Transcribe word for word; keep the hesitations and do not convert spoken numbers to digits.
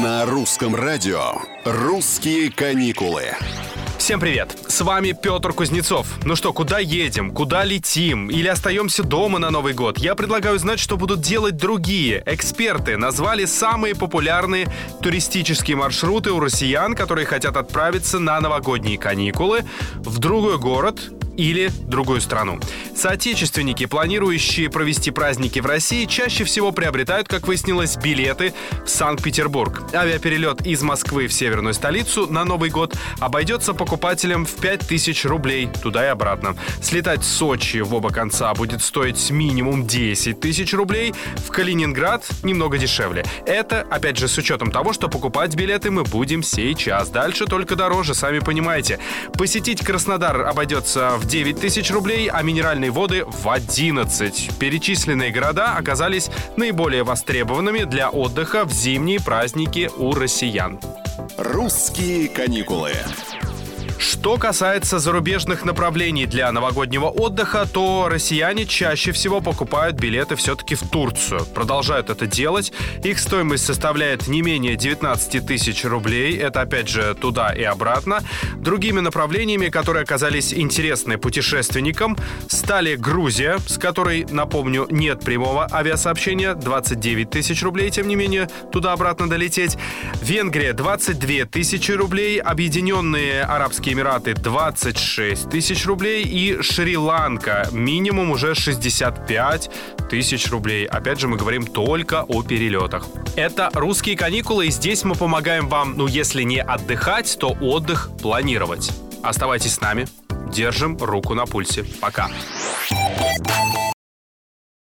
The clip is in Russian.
На русском радио «Русские каникулы». Всем привет! С вами Петр Кузнецов. Ну что, куда едем? Куда летим? Или остаемся дома на Новый год? Я предлагаю знать, что будут делать другие. Эксперты назвали самые популярные туристические маршруты у россиян, которые хотят отправиться на новогодние каникулы в другой город или другую страну. Соотечественники, планирующие провести праздники в России, чаще всего приобретают, как выяснилось, билеты в Санкт-Петербург. Авиаперелет из Москвы в северную столицу на Новый год обойдется покупателям в пять тысяч рублей туда и обратно. Слетать в Сочи в оба конца будет стоить минимум десять тысяч рублей, в Калининград немного дешевле. Это, опять же, с учетом того, что покупать билеты мы будем сейчас. Дальше только дороже, сами понимаете. Посетить Краснодар обойдется в девять тысяч рублей, а минеральные воды в одиннадцать. Перечисленные города оказались наиболее востребованными для отдыха в зимние праздники у россиян. «Русские каникулы». Что касается зарубежных направлений для новогоднего отдыха, то россияне чаще всего покупают билеты все-таки в Турцию. Продолжают это делать. Их стоимость составляет не менее девятнадцать тысяч рублей. Это, опять же, туда и обратно. Другими направлениями, которые оказались интересны путешественникам, стали Грузия, с которой, напомню, нет прямого авиасообщения, двадцать девять тысяч рублей, тем не менее, туда-обратно долететь. Венгрия — двадцать две тысячи рублей. Объединенные Арабские Эмираты — двадцать шесть тысяч рублей, и Шри-Ланка минимум уже шестьдесят пять тысяч рублей. Опять же, мы говорим только о перелетах. Это «Русские каникулы», и здесь мы помогаем вам, ну, если не отдыхать, то отдых планировать. Оставайтесь с нами, держим руку на пульсе. Пока.